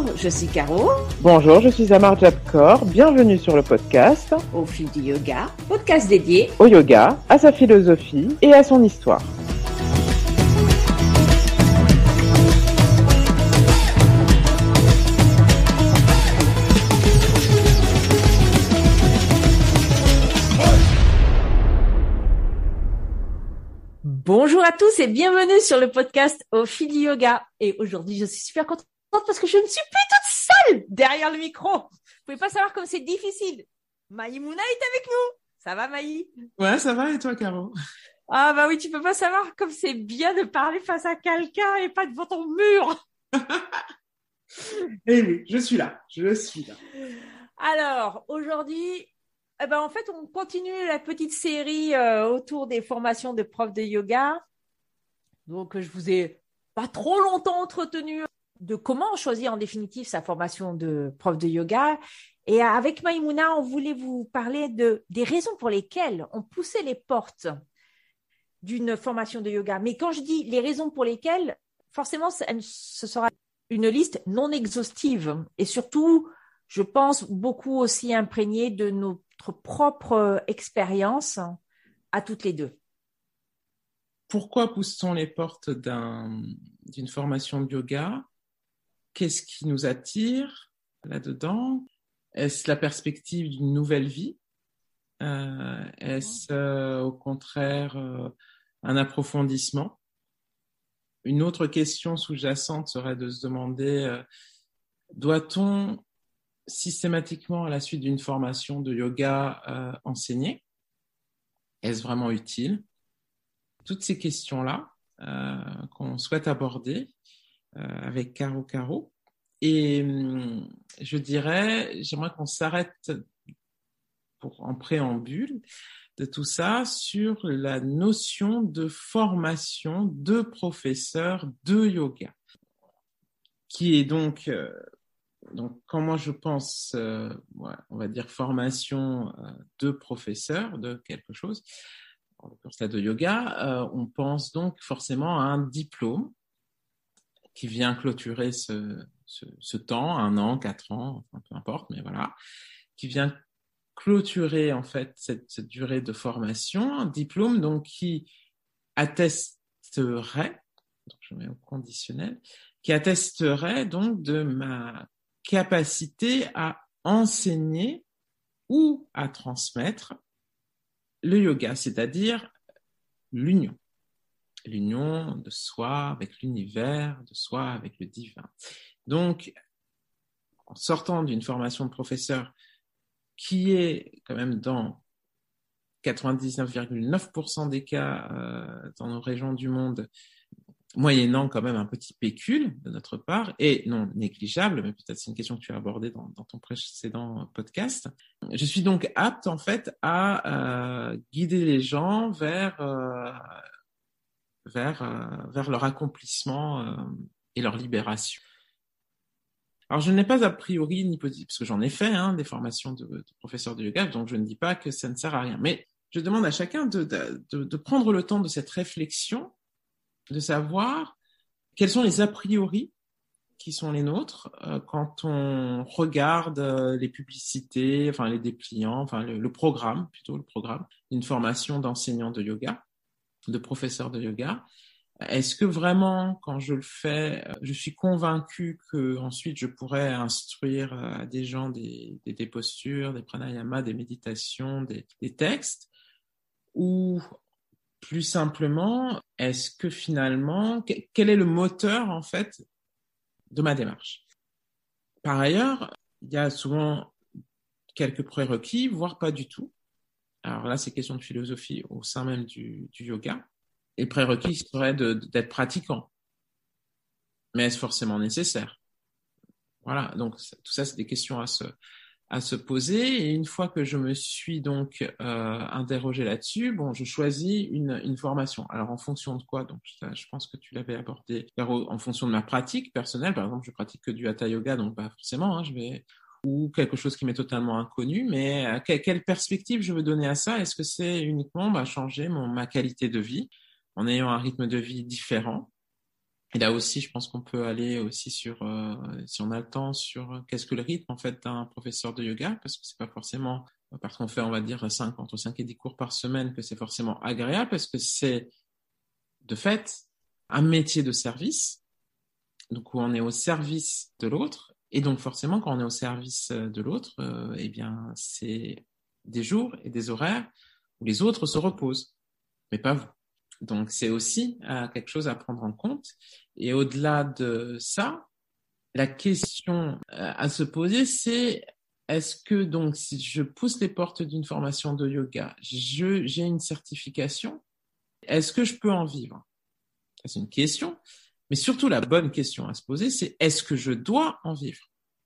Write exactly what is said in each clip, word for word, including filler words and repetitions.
Bonjour, je suis Caro. Bonjour, je suis Amar Jabkor. Bienvenue sur le podcast Au fil du yoga, podcast dédié au yoga, à sa philosophie et à son histoire. Bonjour à tous et bienvenue sur le podcast Au fil du yoga. Et aujourd'hui, je suis super contente parce que je ne suis plus toute seule derrière le micro. Vous pouvez pas savoir comme c'est difficile. Maï Mouna est avec nous. Ça va, Maï? Ouais, ça va, et toi, Caro? Ah bah oui, tu peux pas savoir comme c'est bien de parler face à quelqu'un et pas devant ton mur. Eh oui, je suis là, je suis là. Alors, aujourd'hui, eh ben, en fait, on continue la petite série euh, autour des formations de profs de yoga. Donc, je vous ai pas trop longtemps entretenu de comment choisir en définitive sa formation de prof de yoga. Et avec Maïmouna, on voulait vous parler de, des raisons pour lesquelles on poussait les portes d'une formation de yoga. Mais quand je dis les raisons pour lesquelles, forcément, ce sera une liste non exhaustive. Et surtout, je pense beaucoup aussi imprégnée de notre propre expérience à toutes les deux. Pourquoi pousse-t-on les portes d'un, d'une formation de yoga? Qu'est-ce qui nous attire là-dedans? Est-ce la perspective d'une nouvelle vie? euh, Est-ce euh, au contraire euh, un approfondissement? Une autre question sous-jacente serait de se demander euh, doit-on systématiquement à la suite d'une formation de yoga euh, enseigner? Est-ce vraiment utile? Toutes ces questions-là euh, qu'on souhaite aborder euh, avec Caro Caro. Et hum, je dirais, j'aimerais qu'on s'arrête pour, en préambule de tout ça sur la notion de formation de professeur de yoga, qui est donc, euh, donc quand moi je pense, euh, ouais, on va dire formation euh, de professeur de quelque chose, en l'occurrence là de yoga, euh, on pense donc forcément à un diplôme qui vient clôturer ce, ce, ce temps, un an, quatre ans, enfin, peu importe, mais voilà, qui vient clôturer en fait cette, cette durée de formation, un diplôme donc qui attesterait, donc je mets au conditionnel, qui attesterait donc de ma capacité à enseigner ou à transmettre le yoga, c'est-à-dire l'union. L'union de soi avec l'univers, de soi avec le divin. Donc, en sortant d'une formation de professeur qui est quand même dans quatre-vingt-dix-neuf virgule neuf pour cent des cas euh, dans nos régions du monde, moyennant quand même un petit pécule de notre part, et non négligeable, mais peut-être c'est une question que tu as abordée dans, dans ton précédent podcast. Je suis donc apte en fait à euh, guider les gens vers... Euh, vers, euh, vers leur accomplissement euh, et leur libération. Alors, je n'ai pas a priori ni positif, parce que j'en ai fait hein, des formations de, de professeur de yoga, donc je ne dis pas que ça ne sert à rien. Mais je demande à chacun de, de, de, de prendre le temps de cette réflexion, de savoir quels sont les a priori qui sont les nôtres euh, quand on regarde euh, les publicités, enfin les dépliants, enfin le, le programme, plutôt le programme d'une formation d'enseignant de yoga, de professeur de yoga. Est-ce que vraiment, quand je le fais, je suis convaincu que ensuite je pourrais instruire à des gens des, des, des postures, des pranayamas, des méditations, des, des textes, ou plus simplement, est-ce que finalement, quel est le moteur en fait de ma démarche? Par ailleurs, il y a souvent quelques prérequis, voire pas du tout. Alors là, c'est question de philosophie au sein même du, du yoga. Et le prérequis serait de, de, d'être pratiquant. Mais est-ce forcément nécessaire? Voilà, donc tout ça, c'est des questions à se, à se poser. Et une fois que je me suis donc euh, interrogé là-dessus, bon, je choisis une, une formation. Alors en fonction de quoi? Donc ça, je pense que tu l'avais abordé. En fonction de ma pratique personnelle, par exemple, je pratique que du hatha yoga, donc pas forcément, hein, je vais ou quelque chose qui m'est totalement inconnu, mais euh, quelle, quelle perspective je veux donner à ça? Est-ce que c'est uniquement bah, changer mon, ma qualité de vie en ayant un rythme de vie différent, Et là aussi, je pense qu'on peut aller aussi sur, euh, si on a le temps, sur qu'est-ce que le rythme en fait d'un professeur de yoga, parce que c'est pas forcément parce qu'on fait, on va dire, cinq, entre cinq et dix cours par semaine que c'est forcément agréable, parce que c'est de fait un métier de service, donc où on est au service de l'autre, et donc forcément quand on est au service de l'autre, euh, eh bien c'est des jours et des horaires où les autres se reposent, mais pas vous. Donc, c'est aussi euh, quelque chose à prendre en compte. Et au-delà de ça, la question euh, à se poser, c'est est-ce que, donc, si je pousse les portes d'une formation de yoga, je, j'ai une certification, est-ce que je peux en vivre? C'est une question. Mais surtout, la bonne question à se poser, c'est est-ce que je dois en vivre?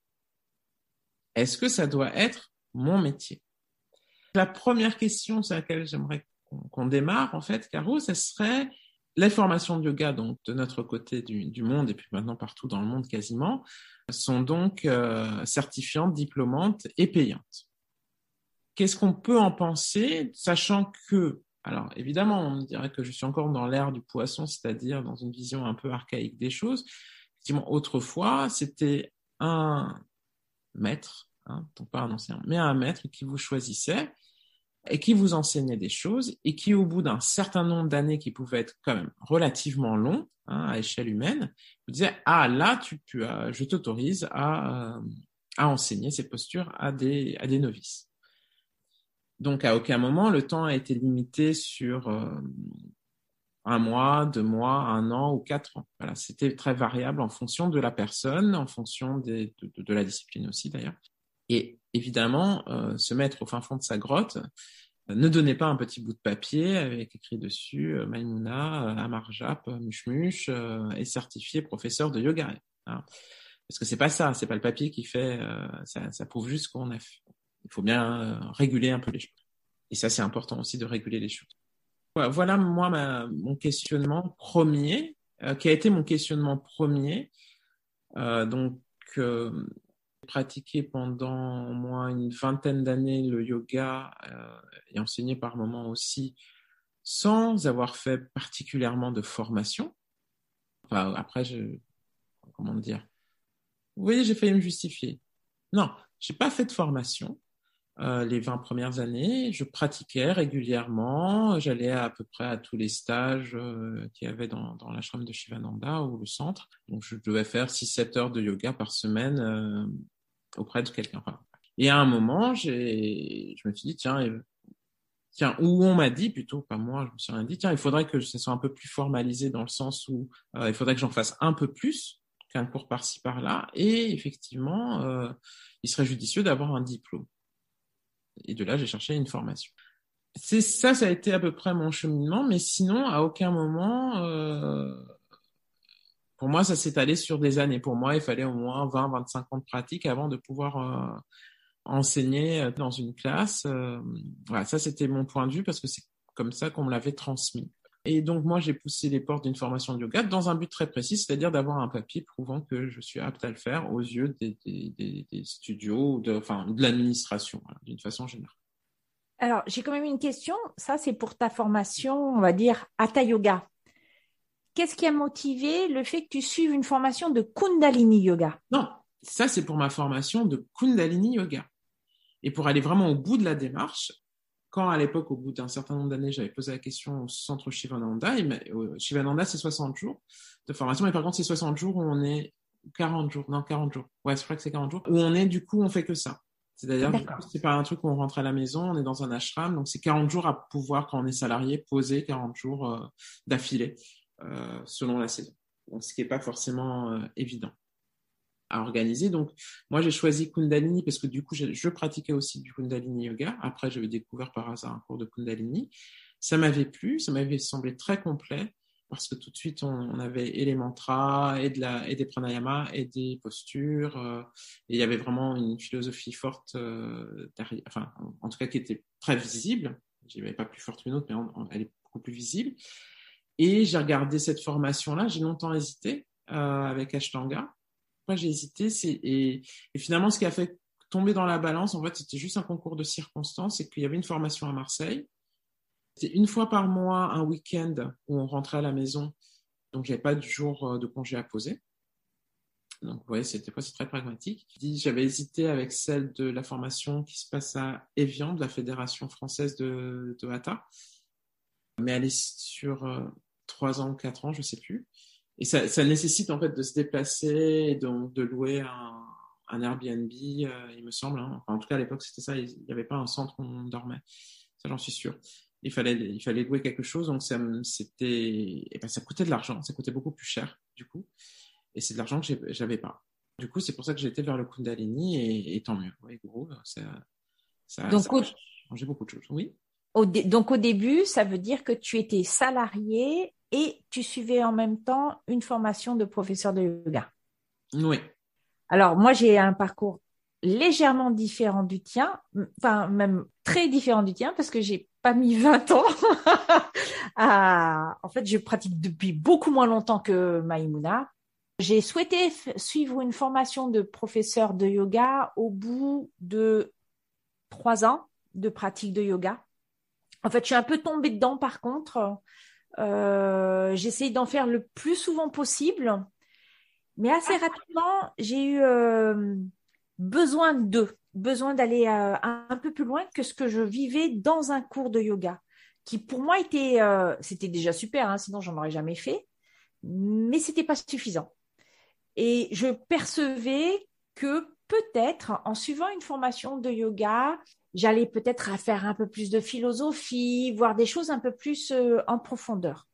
Est-ce que ça doit être mon métier? La première question sur laquelle j'aimerais qu'on démarre, en fait, Caro, ce serait les formations de yoga, donc de notre côté du, du monde, et puis maintenant partout dans le monde quasiment, sont donc euh, certifiantes, diplômantes et payantes. Qu'est-ce qu'on peut en penser, sachant que, alors évidemment, on me dirait que je suis encore dans l'ère du poisson, c'est-à-dire dans une vision un peu archaïque des choses. Effectivement, autrefois, c'était un maître, hein, donc pas un enseignant, mais un maître qui vous choisissait, et qui vous enseignait des choses et qui, au bout d'un certain nombre d'années qui pouvaient être quand même relativement longs, hein, à échelle humaine, vous disait ah là tu, tu as, je t'autorise à, euh, à enseigner ces postures à des, à des novices. Donc à aucun moment le temps a été limité sur euh, un mois, deux mois, un an ou quatre ans. Voilà, c'était très variable en fonction de la personne, en fonction des, de, de la discipline aussi d'ailleurs. Et évidemment, euh, se mettre au fin fond de sa grotte, euh, ne donnez pas un petit bout de papier avec écrit dessus euh, Maïmouna, euh, Amarjap, Mushmush euh, est certifié professeur de yoga. Hein. Parce que c'est pas ça, c'est pas le papier qui fait, euh, ça, ça prouve juste qu'on a fait. Il faut bien euh, réguler un peu les choses. Et ça, c'est important aussi de réguler les choses. Voilà, voilà moi ma, mon questionnement premier, euh, qui a été mon questionnement premier. Euh, donc euh, pratiqué pendant au moins une vingtaine d'années le yoga euh, et enseigné par moments aussi sans avoir fait particulièrement de formation. Enfin, après, je, comment dire? Vous voyez, j'ai failli me justifier. Non, j'ai pas fait de formation. Euh, les vingt premières années, je pratiquais régulièrement. J'allais à, à peu près à tous les stages euh, qu'il y avait dans, dans l'ashram de Shivananda ou le centre. Donc, je devais faire six sept heures de yoga par semaine euh, auprès de quelqu'un. Enfin, et à un moment, j'ai, je me suis dit, tiens, euh, tiens, ou on m'a dit plutôt, pas moi, je me suis rien dit, tiens, il faudrait que ça soit un peu plus formalisé dans le sens où euh, il faudrait que j'en fasse un peu plus qu'un cours par-ci par-là. Et effectivement, euh, il serait judicieux d'avoir un diplôme. Et de là, j'ai cherché une formation. C'est ça, ça a été à peu près mon cheminement, mais sinon, à aucun moment, euh, pour moi, ça s'est allé sur des années. Pour moi, il fallait au moins vingt, vingt-cinq ans de pratique avant de pouvoir euh, enseigner dans une classe. Euh, voilà, ça, c'était mon point de vue parce que c'est comme ça qu'on me l'avait transmis. Et donc, moi, j'ai poussé les portes d'une formation de yoga dans un but très précis, c'est-à-dire d'avoir un papier prouvant que je suis apte à le faire aux yeux des, des, des, des studios, de, enfin, de l'administration, voilà, d'une façon générale. Alors, j'ai quand même une question. Ça, c'est pour ta formation, on va dire, Hatha Yoga. Qu'est-ce qui a motivé le fait que tu suives une formation de Kundalini Yoga? Non, ça, c'est pour ma formation de Kundalini Yoga. Et pour aller vraiment au bout de la démarche, quand à l'époque, au bout d'un certain nombre d'années, j'avais posé la question au centre Shivananda, Shivananda, c'est soixante jours de formation, mais par contre, c'est soixante jours où on est quarante jours, non, quarante jours. Ouais, je crois que c'est quarante jours, où on est, du coup, on fait que ça. C'est-à-dire, du coup, c'est pas un truc où on rentre à la maison, on est dans un ashram, donc c'est quarante jours à pouvoir, quand on est salarié, poser quarante jours euh, d'affilée, euh, selon la saison. Donc, ce qui n'est pas forcément euh, évident à organiser. Donc, moi, j'ai choisi Kundalini parce que du coup, je, je pratiquais aussi du Kundalini Yoga. Après, j'avais découvert par hasard un cours de Kundalini. Ça m'avait plu, ça m'avait semblé très complet parce que tout de suite, on, on avait et les mantras, et, de la, et des pranayamas, et des postures. Euh, et il y avait vraiment une philosophie forte, euh, derrière, enfin, en, en tout cas, qui était très visible. Je n'avais pas plus forte qu'une autre, mais on, on, elle est beaucoup plus visible. Et j'ai regardé cette formation-là, j'ai longtemps hésité euh, avec Ashtanga. Pourquoi j'ai hésité, c'est et, et finalement ce qui a fait tomber dans la balance, en fait, c'était juste un concours de circonstances, c'est qu'il y avait une formation à Marseille. C'était une fois par mois, un week-end où on rentrait à la maison. donc j'avais pas de jour de congé à poser. Donc, vous voyez, c'était pas c'est très pragmatique. J'avais hésité avec celle de la formation qui se passe à Évian, de la Fédération française de, de Hatha. Mais elle est sur euh, trois ans ou quatre ans, je sais plus. Et ça, ça nécessite en fait de se déplacer et donc de louer un, un Airbnb, euh, il me semble. Hein. Enfin, en tout cas, à l'époque, c'était ça. Il n'y avait pas un centre où on dormait. Ça, j'en suis sûr. Il fallait, il fallait louer quelque chose. Donc, ça, c'était, et ben, ça coûtait de l'argent. Ça coûtait beaucoup plus cher, du coup. Et c'est de l'argent que j'ai, j'avais pas. Du coup, c'est pour ça que j'ai été vers le Kundalini et, et tant mieux. Ouais, gros, ça, ça, ça Donc, au, a changé beaucoup de choses. Oui. au dé- donc, au début, ça veut dire que tu étais salarié et tu suivais en même temps une formation de professeur de yoga. Oui. Alors, moi, j'ai un parcours légèrement différent du tien, enfin, même très différent du tien, parce que j'ai pas mis vingt ans à... En fait, je pratique depuis beaucoup moins longtemps que Maïmouna. J'ai souhaité f- suivre une formation de professeur de yoga au bout de trois ans de pratique de yoga. En fait, je suis un peu tombée dedans, par contre. Euh, j'essaye d'en faire le plus souvent possible. Mais assez rapidement, j'ai eu euh, besoin de, besoin d'aller euh, un, un peu plus loin que ce que je vivais dans un cours de yoga, qui pour moi était, euh, c'était déjà super, hein, sinon j'en aurais jamais fait, mais c'était pas suffisant. Et je percevais que peut-être, en suivant une formation de yoga, j'allais peut-être à faire un peu plus de philosophie, voir des choses un peu plus euh, en profondeur.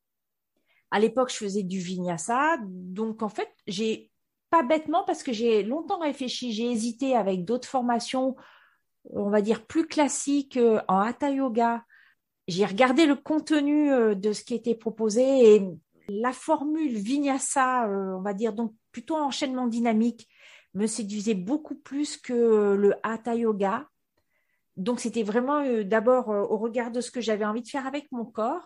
À l'époque, je faisais du vinyasa. Donc, en fait, j'ai pas bêtement, parce que j'ai longtemps réfléchi, j'ai hésité avec d'autres formations, on va dire plus classiques euh, en hatha yoga. J'ai regardé le contenu euh, de ce qui était proposé et la formule vinyasa, euh, on va dire donc plutôt enchaînement dynamique, me séduisait beaucoup plus que euh, le hatha yoga. Donc, c'était vraiment euh, d'abord euh, au regard de ce que j'avais envie de faire avec mon corps,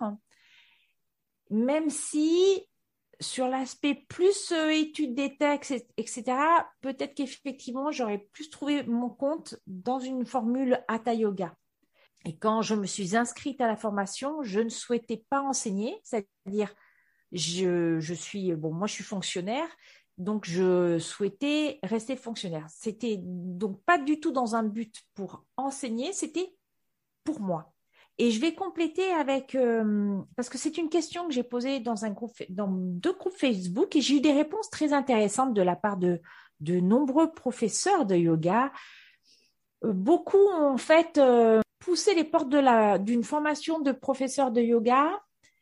même si sur l'aspect plus euh, étude des textes, et cetera, peut-être qu'effectivement, j'aurais plus trouvé mon compte dans une formule Hatha Yoga. Et quand je me suis inscrite à la formation, je ne souhaitais pas enseigner, c'est-à-dire, je, je suis, bon, moi, je suis fonctionnaire, donc je souhaitais rester fonctionnaire. C'était donc pas du tout dans un but pour enseigner, c'était pour moi. Et je vais compléter avec, euh, parce que c'est une question que j'ai posée dans un groupe, dans deux groupes Facebook, et j'ai eu des réponses très intéressantes de la part de, de nombreux professeurs de yoga. Euh, Beaucoup ont en fait euh, poussé les portes de la, d'une formation de professeur de yoga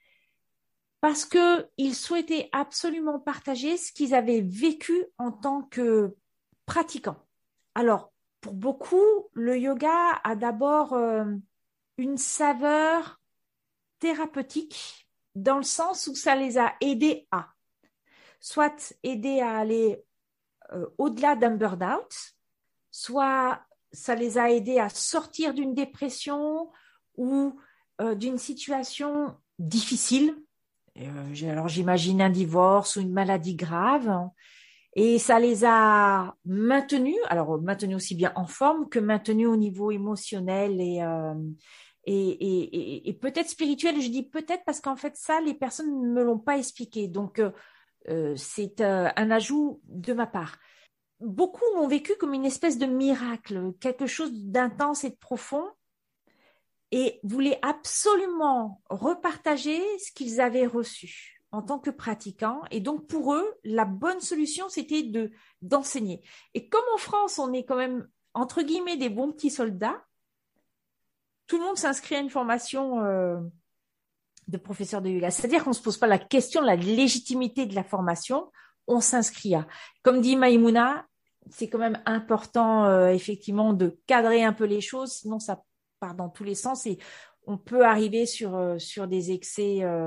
parce qu'ils souhaitaient absolument partager ce qu'ils avaient vécu en tant que pratiquants. Alors, pour beaucoup, le yoga a d'abord euh, une saveur thérapeutique dans le sens où ça les a aidés à soit aider à aller euh, au-delà d'un burn-out, soit ça les a aidés à sortir d'une dépression ou euh, d'une situation difficile. Euh, alors j'imagine un divorce ou une maladie grave. Et ça les a maintenus, alors maintenus aussi bien en forme que maintenus au niveau émotionnel et, euh, et, et, et, et peut-être spirituel. Je dis peut-être parce qu'en fait, ça, les personnes ne me l'ont pas expliqué. Donc, euh, c'est euh, un ajout de ma part. Beaucoup l'ont vécu comme une espèce de miracle, quelque chose d'intense et de profond, et voulaient absolument repartager ce qu'ils avaient reçu en tant que pratiquants. Et donc, pour eux, la bonne solution, c'était de, d'enseigner. Et comme en France, on est quand même, entre guillemets, des bons petits soldats, tout le monde s'inscrit à une formation euh, de professeur de yoga. C'est-à-dire qu'on ne se pose pas la question de la légitimité de la formation, on s'inscrit à. Comme dit Maïmouna, c'est quand même important, euh, effectivement, de cadrer un peu les choses, sinon ça part dans tous les sens et on peut arriver sur, euh, sur des excès euh,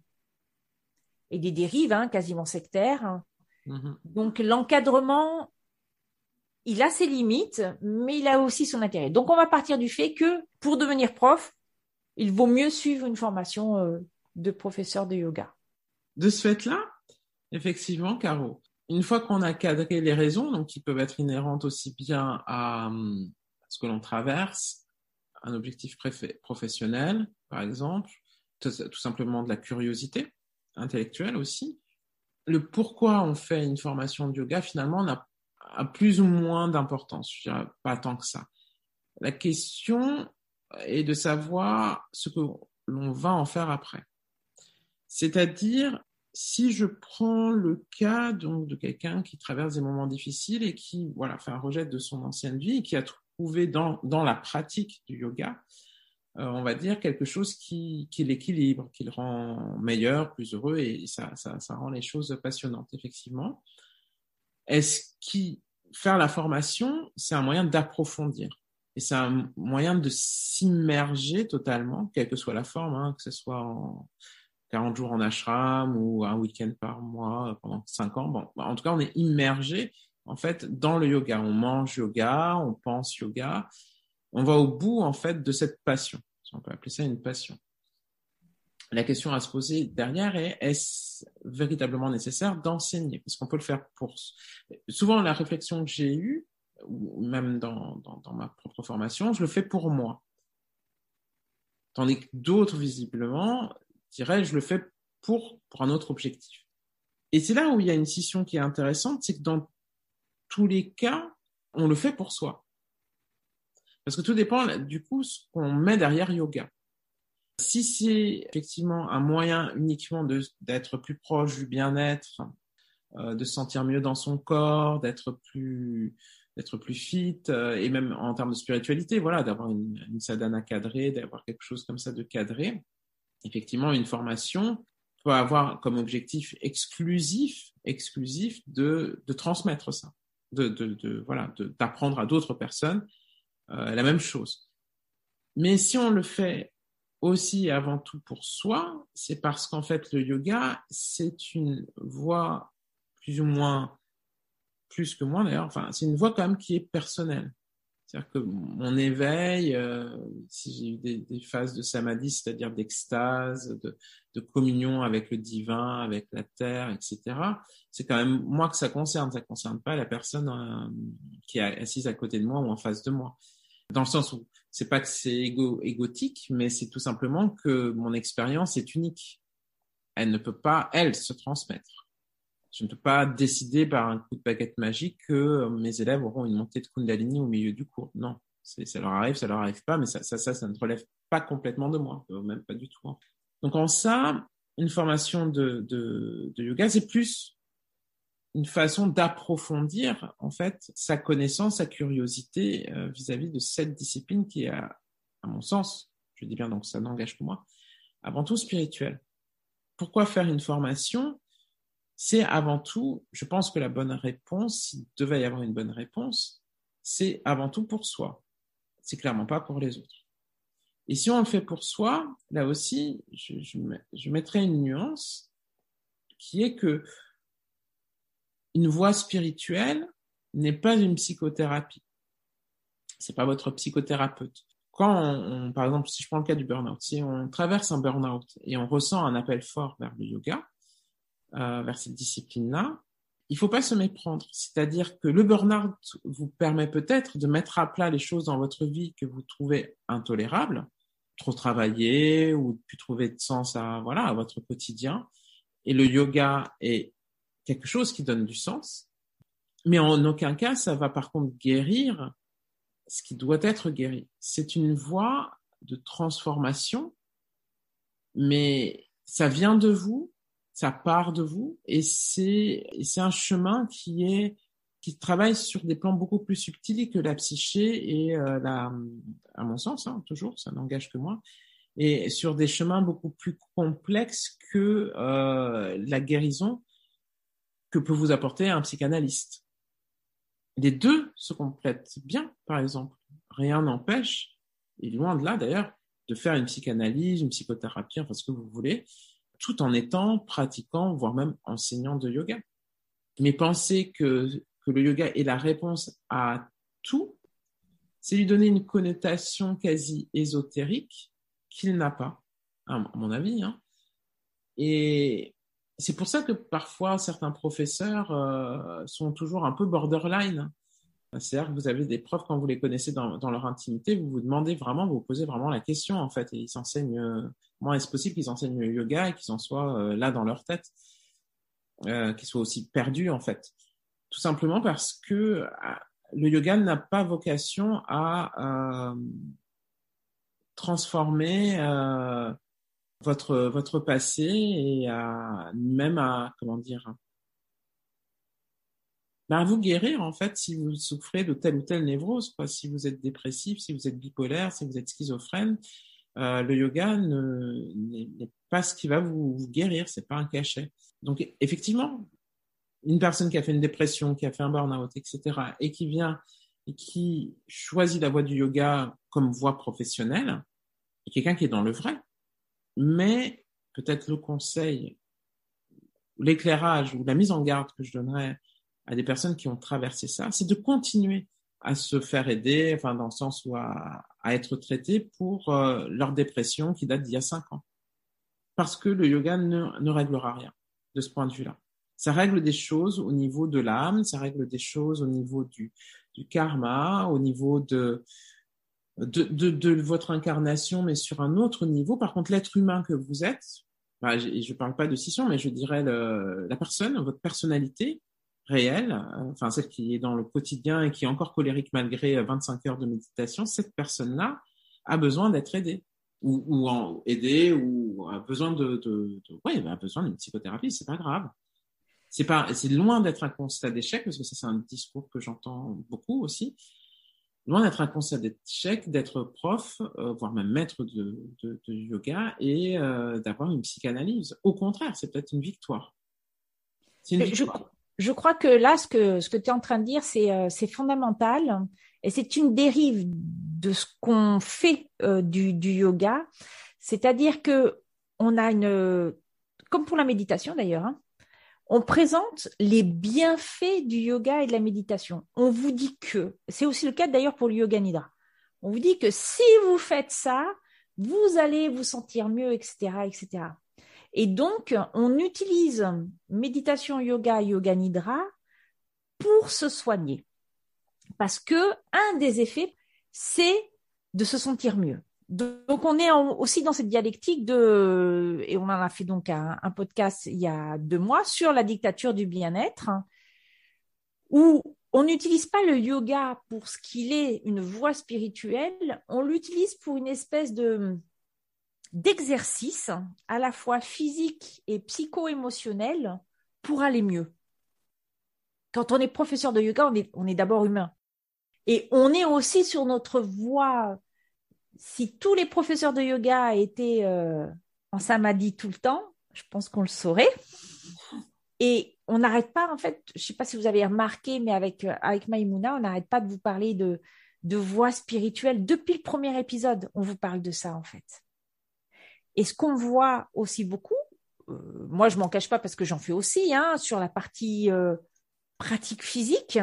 et des dérives hein, quasiment sectaires. Mm-hmm. Donc l'encadrement, il a ses limites, mais il a aussi son intérêt. Donc on va partir du fait que pour devenir prof, il vaut mieux suivre une formation euh, de professeur de yoga. De ce fait-là, effectivement, Caro, une fois qu'on a cadré les raisons, donc qui peuvent être inhérentes aussi bien à, à ce que l'on traverse, un objectif préf- professionnel, par exemple, tout, tout simplement de la curiosité, intellectuelle aussi. Le pourquoi on fait une formation de yoga, finalement, n'a a plus ou moins d'importance. Je dirais pas tant que ça. La question est de savoir ce que l'on va en faire après. C'est-à-dire, si je prends le cas donc de quelqu'un qui traverse des moments difficiles et qui voilà fait un rejet de son ancienne vie et qui a trouvé dans dans la pratique du yoga, euh, on va dire quelque chose qui qui l'équilibre, qui le rend meilleur, plus heureux et ça ça ça rend les choses passionnantes effectivement. Est-ce que faire la formation, c'est un moyen d'approfondir et c'est un moyen de s'immerger totalement, quelle que soit la forme, hein, que ce soit en quarante jours en ashram ou un week-end par mois pendant cinq ans. Bon, en tout cas, on est immergé en fait dans le yoga. On mange yoga, on pense yoga. On va au bout en fait de cette passion. On peut appeler ça une passion. La question à se poser derrière est est-ce véritablement nécessaire d'enseigner? Parce qu'on peut le faire pour. Souvent, la réflexion que j'ai eue, ou même dans, dans, dans ma propre formation, je le fais pour moi. Tandis que d'autres, visiblement, dirais, je le fais pour, pour un autre objectif. Et c'est là où il y a une scission qui est intéressante, c'est que dans tous les cas, on le fait pour soi. Parce que tout dépend, du coup, ce qu'on met derrière yoga. Si c'est effectivement un moyen uniquement de, d'être plus proche du bien-être, euh, de se sentir mieux dans son corps, d'être plus, d'être plus fit, euh, et même en termes de spiritualité, voilà, d'avoir une, une sadhana cadrée, d'avoir quelque chose comme ça de cadré, effectivement, une formation peut avoir comme objectif exclusif, exclusif de, de transmettre ça, de, de, de voilà, de, d'apprendre à d'autres personnes euh, la même chose. Mais si on le fait aussi et avant tout pour soi, c'est parce qu'en fait le yoga, c'est une voie plus ou moins, plus que moins d'ailleurs, enfin c'est une voie quand même qui est personnelle. C'est-à-dire que mon éveil, euh, si j'ai eu des, des phases de samadhi, c'est-à-dire d'extase, de, de communion avec le divin, avec la terre, et cetera, c'est quand même moi que ça concerne. Ça ne concerne pas la personne euh, qui est assise à côté de moi ou en face de moi. Dans le sens où c'est pas que c'est égo, égotique, mais c'est tout simplement que mon expérience est unique. Elle ne peut pas, elle, se transmettre. Je ne peux pas décider par un coup de baguette magique que mes élèves auront une montée de Kundalini au milieu du cours. Non, c'est, ça leur arrive, ça leur arrive pas, mais ça, ça, ça, ça ne relève pas complètement de moi, même pas du tout. Donc en ça, une formation de, de, de yoga, c'est plus une façon d'approfondir en fait sa connaissance, sa curiosité euh, vis-à-vis de cette discipline qui est, à, à mon sens, je dis bien donc ça n'engage que moi, avant tout spirituelle. Pourquoi faire une formation ? C'est avant tout, je pense que la bonne réponse, s'il devait y avoir une bonne réponse, c'est avant tout pour soi. C'est clairement pas pour les autres. Et si on le fait pour soi, là aussi, je, je, je mettrai une nuance qui est que une voie spirituelle n'est pas une psychothérapie. C'est pas votre psychothérapeute. Quand on, on, par exemple, si je prends le cas du burn-out, si on traverse un burn-out et on ressent un appel fort vers le yoga, Euh, vers cette discipline-là, il faut pas se méprendre. C'est-à-dire que le burn-out vous permet peut-être de mettre à plat les choses dans votre vie que vous trouvez intolérables, trop travailler ou de plus trouver de sens à, voilà, à votre quotidien. Et le yoga est quelque chose qui donne du sens. Mais en aucun cas, ça va par contre guérir ce qui doit être guéri. C'est une voie de transformation, mais ça vient de vous, ça part de vous, et c'est, et c'est un chemin qui est, qui travaille sur des plans beaucoup plus subtils que la psyché et euh, la, à mon sens, hein, toujours, ça n'engage que moi, et sur des chemins beaucoup plus complexes que euh, la guérison que peut vous apporter un psychanalyste. Les deux se complètent bien, par exemple. Rien n'empêche, et loin de là d'ailleurs, de faire une psychanalyse, une psychothérapie, enfin ce que vous voulez, tout en étant pratiquant, voire même enseignant de yoga. Mais penser que, que le yoga est la réponse à tout, c'est lui donner une connotation quasi ésotérique qu'il n'a pas, à mon avis. Hein. Et c'est pour ça que parfois certains professeurs euh, sont toujours un peu borderline C'est-à-dire que vous avez des profs, quand vous les connaissez dans, dans leur intimité, vous vous demandez vraiment, vous vous posez vraiment la question, en fait. Et ils s'enseignent, euh, comment est-ce possible qu'ils enseignent le yoga et qu'ils en soient euh, là dans leur tête, euh, qu'ils soient aussi perdus, en fait. Tout simplement parce que euh, le yoga n'a pas vocation à euh, transformer euh, votre, votre passé et à, même à, comment dire, ben, à vous guérir, en fait, si vous souffrez de telle ou telle névrose, quoi. Si vous êtes dépressif, si vous êtes bipolaire, si vous êtes schizophrène, euh, le yoga ne, n'est, n'est pas ce qui va vous, vous guérir, c'est pas un cachet. Donc, effectivement, une personne qui a fait une dépression, qui a fait un burn-out, et cetera, et qui vient et qui choisit la voie du yoga comme voie professionnelle, est quelqu'un qui est dans le vrai. Mais peut-être le conseil, l'éclairage ou la mise en garde que je donnerais à des personnes qui ont traversé ça, c'est de continuer à se faire aider, enfin dans le sens où à, à être traité pour euh, leur dépression qui date d'il y a cinq ans. Parce que le yoga ne, ne réglera rien de ce point de vue-là. Ça règle des choses au niveau de l'âme, ça règle des choses au niveau du, du karma, au niveau de, de, de, de votre incarnation, mais sur un autre niveau. Par contre, l'être humain que vous êtes, bah, je ne parle pas de scission, mais je dirais le, la personne, votre personnalité, réelle, enfin celle qui est dans le quotidien et qui est encore colérique malgré vingt-cinq heures de méditation, cette personne-là a besoin d'être aidée ou, ou en, aidée ou a besoin de, de, de ouais, a besoin d'une psychothérapie, c'est pas grave. C'est pas, c'est loin d'être un constat d'échec parce que ça c'est un discours que j'entends beaucoup aussi. Loin d'être un constat d'échec, d'être prof, euh, voire même maître de, de, de yoga et euh, d'avoir une psychanalyse. Au contraire, c'est peut-être une victoire. C'est une victoire. Je... Je crois que là, ce que, ce que tu es en train de dire, c'est, euh, c'est fondamental et c'est une dérive de ce qu'on fait euh, du, du yoga. C'est-à-dire que on a une, comme pour la méditation d'ailleurs, hein, on présente les bienfaits du yoga et de la méditation. On vous dit que, c'est aussi le cas d'ailleurs pour le yoga nidra. On vous dit que si vous faites ça, vous allez vous sentir mieux, et cetera, et cetera. Et donc, on utilise méditation, yoga, yoga nidra pour se soigner. Parce que un des effets, c'est de se sentir mieux. Donc, on est en, aussi dans cette dialectique de, et on en a fait donc un, un podcast il y a deux mois sur la dictature du bien-être, où on n'utilise pas le yoga pour ce qu'il est, une voie spirituelle, on l'utilise pour une espèce de d'exercice à la fois physique et psycho-émotionnel pour aller mieux. Quand on est professeur de yoga, on est, on est d'abord humain. Et on est aussi sur notre voie. Si tous les professeurs de yoga étaient euh, en samadhi tout le temps, je pense qu'on le saurait. Et on n'arrête pas, en fait, je ne sais pas si vous avez remarqué, mais avec, avec Maïmouna, on n'arrête pas de vous parler de, de voie spirituelle. Depuis le premier épisode, on vous parle de ça, en fait. Et ce qu'on voit aussi beaucoup, euh, moi je m'en cache pas parce que j'en fais aussi, hein, sur la partie euh, pratique physique,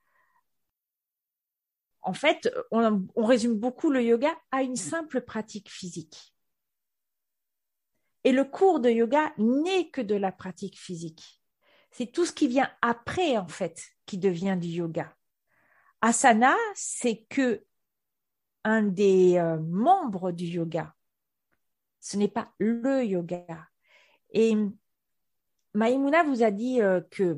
en fait, on, on résume beaucoup le yoga à une simple pratique physique. Et le cours de yoga n'est que de la pratique physique. C'est tout ce qui vient après, en fait, qui devient du yoga. Asana, c'est que un des euh, membres du yoga. Ce n'est pas le yoga. Et Maïmouna vous a dit euh, que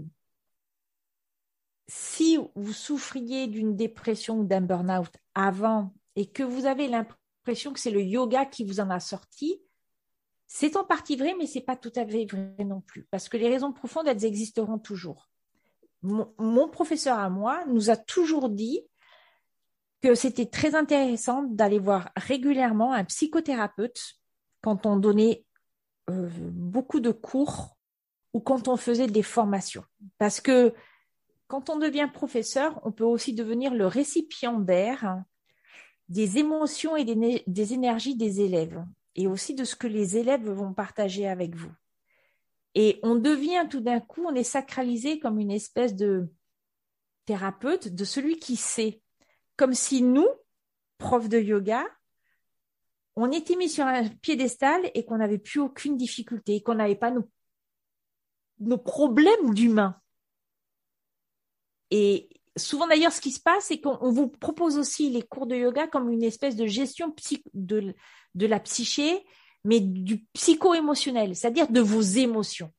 si vous souffriez d'une dépression ou d'un burn-out avant et que vous avez l'impression que c'est le yoga qui vous en a sorti, c'est en partie vrai, mais ce n'est pas tout à fait vrai non plus. Parce que les raisons profondes, elles existeront toujours. Mon, mon professeur à moi nous a toujours dit que c'était très intéressant d'aller voir régulièrement un psychothérapeute quand on donnait euh, beaucoup de cours ou quand on faisait des formations. Parce que quand on devient professeur, on peut aussi devenir le récipiendaire des émotions et des, des énergies des élèves et aussi de ce que les élèves vont partager avec vous. Et on devient tout d'un coup, on est sacralisé comme une espèce de thérapeute, de celui qui sait. Comme si nous, profs de yoga, on était mis sur un piédestal et qu'on n'avait plus aucune difficulté, qu'on n'avait pas nos, nos problèmes d'humains. Et souvent d'ailleurs, ce qui se passe, c'est qu'on on vous propose aussi les cours de yoga comme une espèce de gestion psy- de, de la psyché, mais du psycho-émotionnel, c'est-à-dire de vos émotions.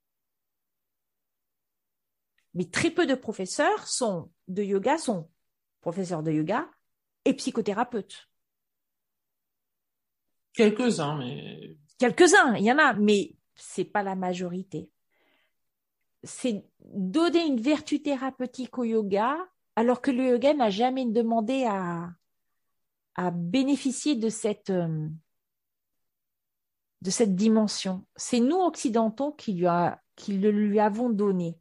Mais très peu de professeurs sont, de yoga sont professeurs de yoga et psychothérapeutes. Quelques-uns, mais Quelques-uns, il y en a, mais c'est pas la majorité. C'est donner une vertu thérapeutique au yoga, alors que le yoga n'a jamais demandé à, à bénéficier de cette, euh, de cette dimension. C'est nous, occidentaux, qui, lui a, qui le lui avons donné.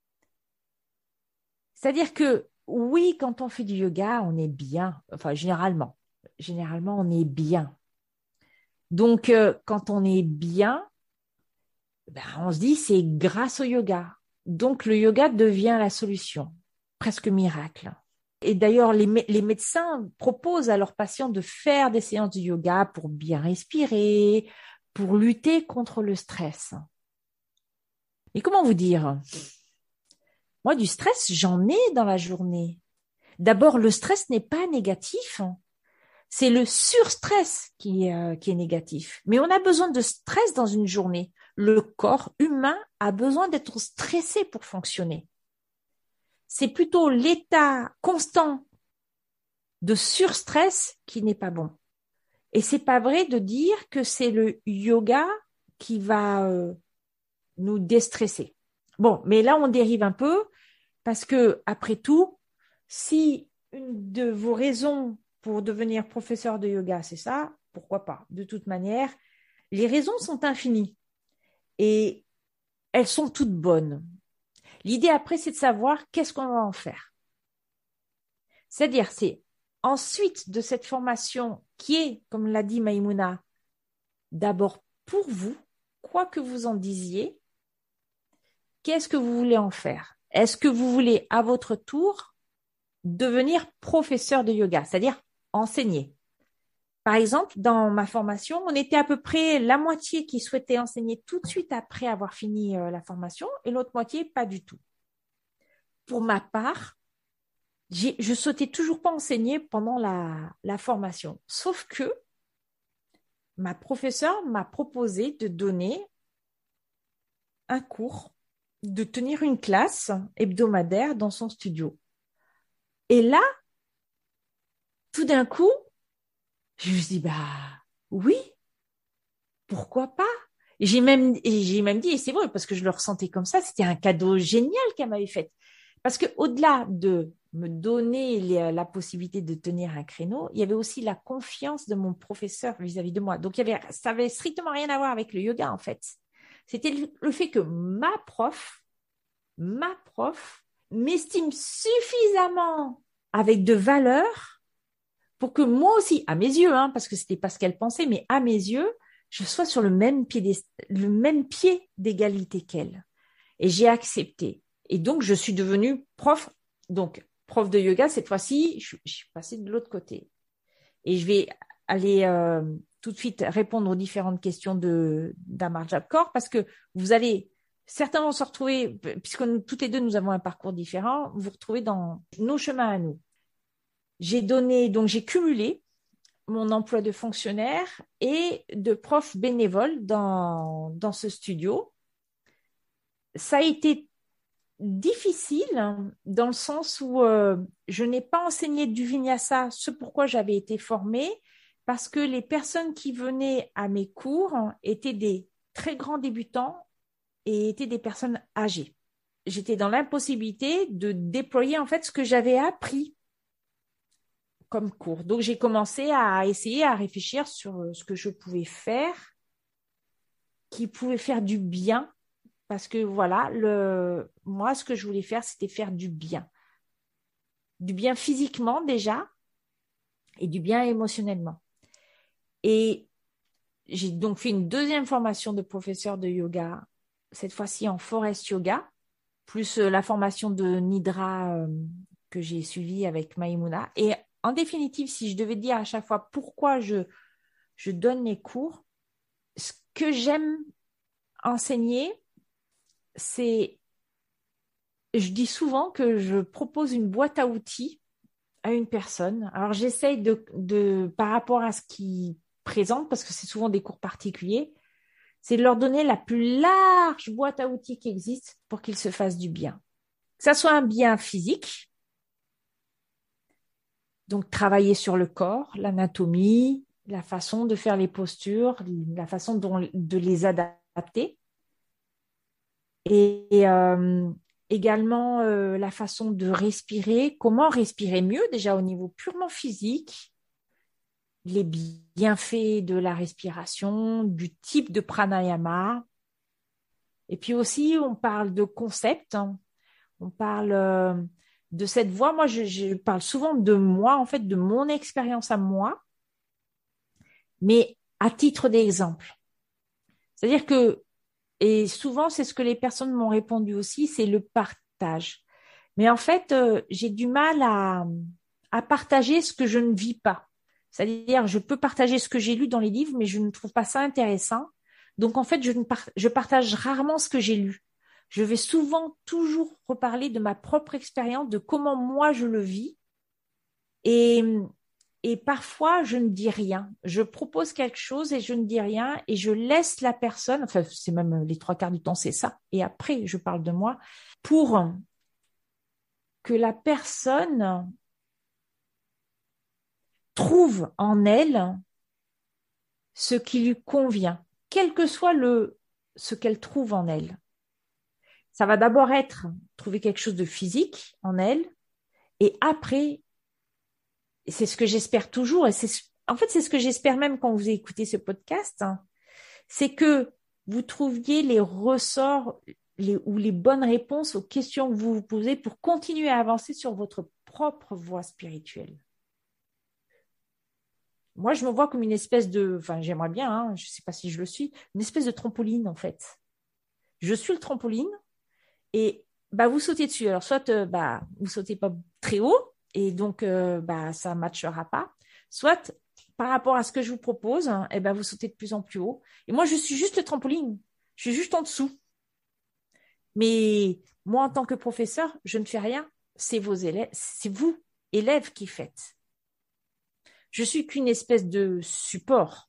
C'est-à-dire que, oui, quand on fait du yoga, on est bien. Enfin, généralement. Généralement, on est bien. Donc, euh, quand on est bien, ben, on se dit c'est grâce au yoga. Donc, le yoga devient la solution. Presque miracle. Et d'ailleurs, les, mé- les médecins proposent à leurs patients de faire des séances de yoga pour bien respirer, pour lutter contre le stress. Et comment vous dire? Moi, du stress, j'en ai dans la journée. D'abord, le stress n'est pas négatif. C'est le surstress qui, euh, qui est négatif. Mais on a besoin de stress dans une journée. Le corps humain a besoin d'être stressé pour fonctionner. C'est plutôt l'état constant de surstress qui n'est pas bon. Et c'est pas vrai de dire que c'est le yoga qui va euh, nous déstresser. Bon, mais là on dérive un peu parce que après tout, si une de vos raisons pour devenir professeur de yoga, c'est ça, pourquoi pas? De toute manière, les raisons sont infinies et elles sont toutes bonnes. L'idée après, c'est de savoir qu'est-ce qu'on va en faire. C'est-à-dire, c'est ensuite de cette formation qui est, comme l'a dit Maïmouna, d'abord pour vous, quoi que vous en disiez, qu'est-ce que vous voulez en faire? Est-ce que vous voulez, à votre tour, devenir professeur de yoga, c'est-à-dire enseigner? Par exemple, dans ma formation, on était à peu près la moitié qui souhaitait enseigner tout de suite après avoir fini euh, la formation et l'autre moitié, pas du tout. Pour ma part, j'ai, je souhaitais toujours pas enseigner pendant la, la formation. Sauf que ma professeure m'a proposé de donner un cours, de tenir une classe hebdomadaire dans son studio. Et là, tout d'un coup, je me suis dit, bah oui, pourquoi pas? Et j'ai même, et j'ai même dit, et c'est vrai, parce que je le ressentais comme ça, c'était un cadeau génial qu'elle m'avait fait. Parce que au-delà de me donner les- la possibilité de tenir un créneau, il y avait aussi la confiance de mon professeur vis-à-vis de moi. Donc, il y avait, ça avait strictement rien à voir avec le yoga, en fait. C'était le, le fait que ma prof, ma prof, m'estime suffisamment avec de valeur pour que moi aussi, à mes yeux, hein, parce que c'était pas ce qu'elle pensait, mais à mes yeux, je sois sur le même pied, d'est- le même pied d'égalité qu'elle. Et j'ai accepté. Et donc, je suis devenue prof, donc prof de yoga. Cette fois-ci, je, je suis passée de l'autre côté. Et je vais aller euh, tout de suite répondre aux différentes questions de d'Amar Jabkor parce que vous allez certainement se retrouver, puisque nous, toutes les deux, nous avons un parcours différent, vous retrouvez dans nos chemins à nous. J'ai donné, donc j'ai cumulé mon emploi de fonctionnaire et de prof bénévole dans, dans ce studio. Ça a été difficile hein, dans le sens où euh, je n'ai pas enseigné du vinyasa, ce pourquoi j'avais été formée, parce que les personnes qui venaient à mes cours étaient des très grands débutants et étaient des personnes âgées. J'étais dans l'impossibilité de déployer en fait ce que j'avais appris comme cours. Donc j'ai commencé à essayer à réfléchir sur ce que je pouvais faire qui pouvait faire du bien parce que voilà, le, moi, ce que je voulais faire, c'était faire du bien. Du bien physiquement déjà et du bien émotionnellement. Et j'ai donc fait une deuxième formation de professeur de yoga, cette fois-ci en forest yoga, plus la formation de Nidra euh, que j'ai suivie avec Maïmouna. Et en définitive, si je devais dire à chaque fois pourquoi je, je donne les cours, ce que j'aime enseigner, c'est je dis souvent que je propose une boîte à outils à une personne. Alors, j'essaye de, de, par rapport à ce qu'ils présentent, parce que c'est souvent des cours particuliers, c'est de leur donner la plus large boîte à outils qui existe pour qu'ils se fassent du bien. Que ça soit un bien physique, donc travailler sur le corps, l'anatomie, la façon de faire les postures, la façon dont, de les adapter, et, et euh, également euh, la façon de respirer, comment respirer mieux déjà au niveau purement physique, les bienfaits de la respiration, du type de pranayama. Et puis aussi, on parle de concepts, hein. On parle euh, de cette voix. Moi, je, je parle souvent de moi, en fait, de mon expérience à moi, mais à titre d'exemple. C'est-à-dire que, et souvent, c'est ce que les personnes m'ont répondu aussi, c'est le partage. Mais en fait, euh, j'ai du mal à, à partager ce que je ne vis pas. C'est-à-dire, je peux partager ce que j'ai lu dans les livres, mais je ne trouve pas ça intéressant. Donc, en fait, je, ne par- je partage rarement ce que j'ai lu. Je vais souvent toujours reparler de ma propre expérience, de comment moi je le vis. Et, et parfois, je ne dis rien. Je propose quelque chose et je ne dis rien et je laisse la personne, enfin, c'est même les trois quarts du temps, c'est ça. Et après, je parle de moi pour que la personne trouve en elle ce qui lui convient, quel que soit le, ce qu'elle trouve en elle. Ça va d'abord être trouver quelque chose de physique en elle, et après, c'est ce que j'espère toujours, et c'est, en fait, c'est ce que j'espère même quand vous écoutez ce podcast, hein, c'est que vous trouviez les ressorts les, ou les bonnes réponses aux questions que vous vous posez pour continuer à avancer sur votre propre voie spirituelle. Moi, je me vois comme une espèce de, enfin, j'aimerais bien, hein, je ne sais pas si je le suis, une espèce de trampoline, en fait. Je suis le trampoline et bah, vous sautez dessus. Alors, soit euh, bah, vous sautez pas très haut et donc euh, bah, ça ne matchera pas. Soit, par rapport à ce que je vous propose, hein, et ben, vous sautez de plus en plus haut. Et moi, je suis juste le trampoline. Je suis juste en dessous. Mais moi, en tant que professeur, je ne fais rien. C'est vos élèves, c'est vous, élèves, qui faites. Je suis qu'une espèce de support.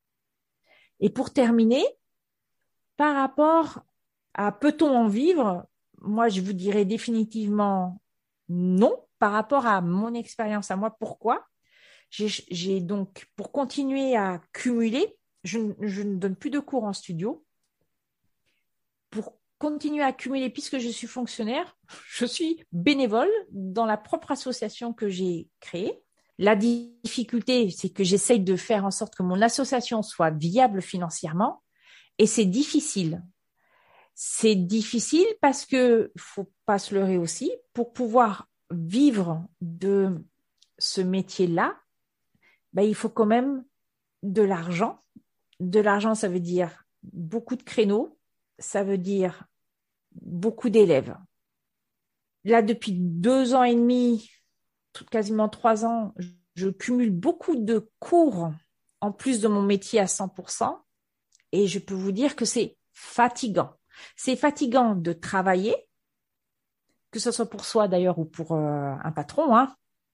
Et pour terminer, par rapport à peut-on en vivre, moi, je vous dirais définitivement non par rapport à mon expérience à moi. Pourquoi? J'ai, j'ai donc, pour continuer à cumuler, je, je ne donne plus de cours en studio. Pour continuer à cumuler, puisque je suis fonctionnaire, je suis bénévole dans la propre association que j'ai créée. La difficulté, c'est que j'essaye de faire en sorte que mon association soit viable financièrement, et c'est difficile. C'est difficile parce que, faut pas se leurrer aussi, pour pouvoir vivre de ce métier-là, ben, il faut quand même de l'argent. De l'argent, ça veut dire beaucoup de créneaux, ça veut dire beaucoup d'élèves. Là, depuis deux ans et demi, quasiment trois ans, je cumule beaucoup de cours en plus de mon métier à cent pour cent et je peux vous dire que c'est fatigant. C'est fatigant de travailler, que ce soit pour soi d'ailleurs ou pour euh, un patron, hein,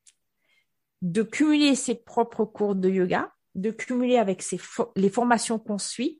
de cumuler ses propres cours de yoga, de cumuler avec ses fo- les formations qu'on suit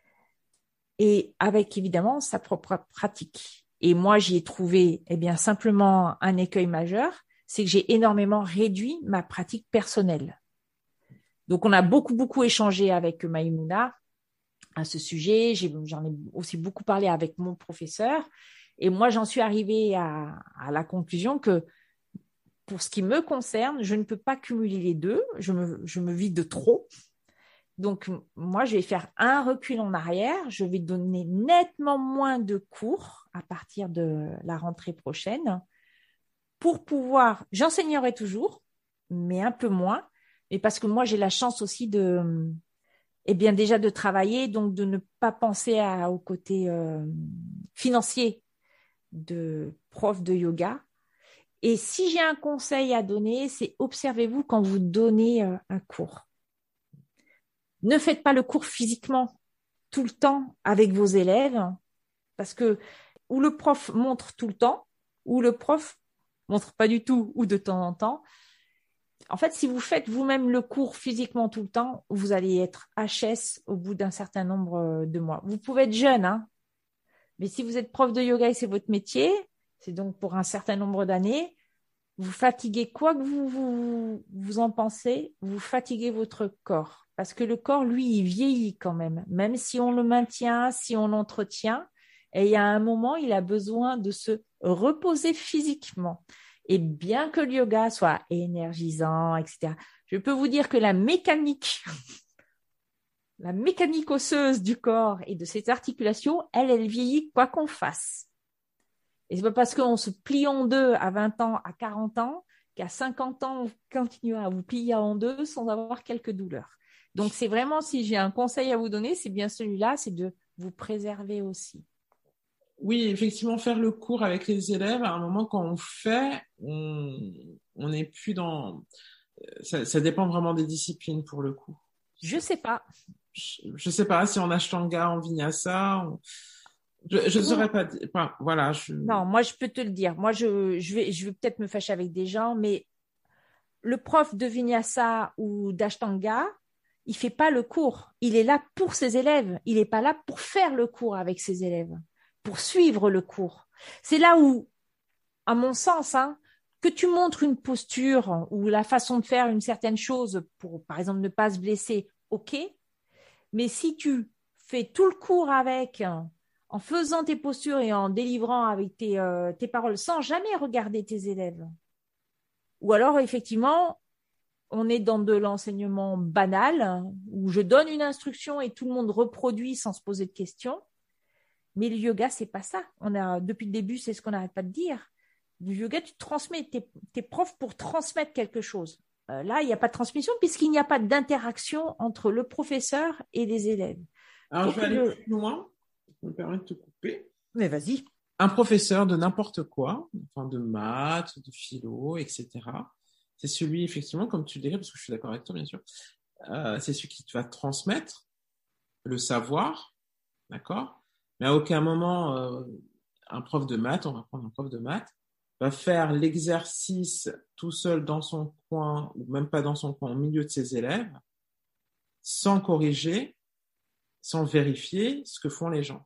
et avec évidemment sa propre pratique. Et moi, j'y ai trouvé eh bien simplement un écueil majeur, c'est que j'ai énormément réduit ma pratique personnelle. Donc, on a beaucoup, beaucoup échangé avec Maïmouna à ce sujet. J'ai, j'en ai aussi beaucoup parlé avec mon professeur. Et moi, j'en suis arrivée à, à la conclusion que pour ce qui me concerne, je ne peux pas cumuler les deux. Je me, je me vide de trop. Donc, moi, je vais faire un recul en arrière. Je vais donner nettement moins de cours à partir de la rentrée prochaine pour pouvoir, j'enseignerai toujours, mais un peu moins, mais parce que moi, j'ai la chance aussi de, eh bien, déjà de travailler, donc de ne pas penser à, au côté euh, financier de prof de yoga. Et si j'ai un conseil à donner, c'est observez-vous quand vous donnez euh, un cours. Ne faites pas le cours physiquement tout le temps avec vos élèves, parce que où le prof montre tout le temps, où le prof montre pas du tout ou de temps en temps. En fait, si vous faites vous-même le cours physiquement tout le temps, vous allez être H S au bout d'un certain nombre de mois. Vous pouvez être jeune, hein, mais si vous êtes prof de yoga et c'est votre métier, c'est donc pour un certain nombre d'années, vous fatiguez, quoi que vous, vous, vous en pensez, vous fatiguez votre corps. Parce que le corps, lui, il vieillit quand même. Même si on le maintient, si on l'entretient, et il y a un moment, il a besoin de se reposer physiquement. Et bien que le yoga soit énergisant, et cetera, je peux vous dire que la mécanique, la mécanique osseuse du corps et de ses articulations, elle, elle vieillit quoi qu'on fasse. Et c'est pas parce qu'on se plie en deux à vingt ans, à quarante ans, qu'à cinquante ans, on continue à vous plier en deux sans avoir quelques douleurs. Donc, c'est vraiment, si j'ai un conseil à vous donner, c'est bien celui-là, c'est de vous préserver aussi. Oui, effectivement, faire le cours avec les élèves, à un moment, quand on fait, on on n'est plus dans... Ça, ça dépend vraiment des disciplines, pour le coup. Je sais pas. Je, je sais pas si en Ashtanga, en Vinyasa... On... Je ne saurais pas dire. Enfin, voilà, je... Non, moi, je peux te le dire. Moi, je, je vais, je vais peut-être me fâcher avec des gens, mais le prof de Vinyasa ou d'Ashtanga, il fait pas le cours. Il est là pour ses élèves. Il n'est pas là pour faire le cours avec ses élèves, pour suivre le cours. C'est là où, à mon sens, hein, que tu montres une posture ou la façon de faire une certaine chose pour, par exemple, ne pas se blesser, ok. Mais si tu fais tout le cours avec, en faisant tes postures et en délivrant avec tes, euh, tes paroles, sans jamais regarder tes élèves, ou alors, effectivement, on est dans de l'enseignement banal, où je donne une instruction et tout le monde reproduit sans se poser de questions. Mais le yoga, c'est pas ça. On a, depuis le début, c'est ce qu'on n'arrête pas de dire. Le yoga, tu transmets, t'es, t'es prof pour transmettre quelque chose. Euh, là, il n'y a pas de transmission puisqu'il n'y a pas d'interaction entre le professeur et les élèves. Alors, Donc, je vais aller le... plus loin. Je me permets de te couper. Mais vas-y. Un professeur de n'importe quoi, enfin de maths, de philo, et cetera, c'est celui, effectivement, comme tu le dirais, parce que je suis d'accord avec toi, bien sûr, euh, c'est celui qui va transmettre le savoir, d'accord? Mais à aucun moment, euh, un prof de maths, on va prendre un prof de maths, va faire l'exercice tout seul dans son coin, ou même pas dans son coin, au milieu de ses élèves, sans corriger, sans vérifier ce que font les gens.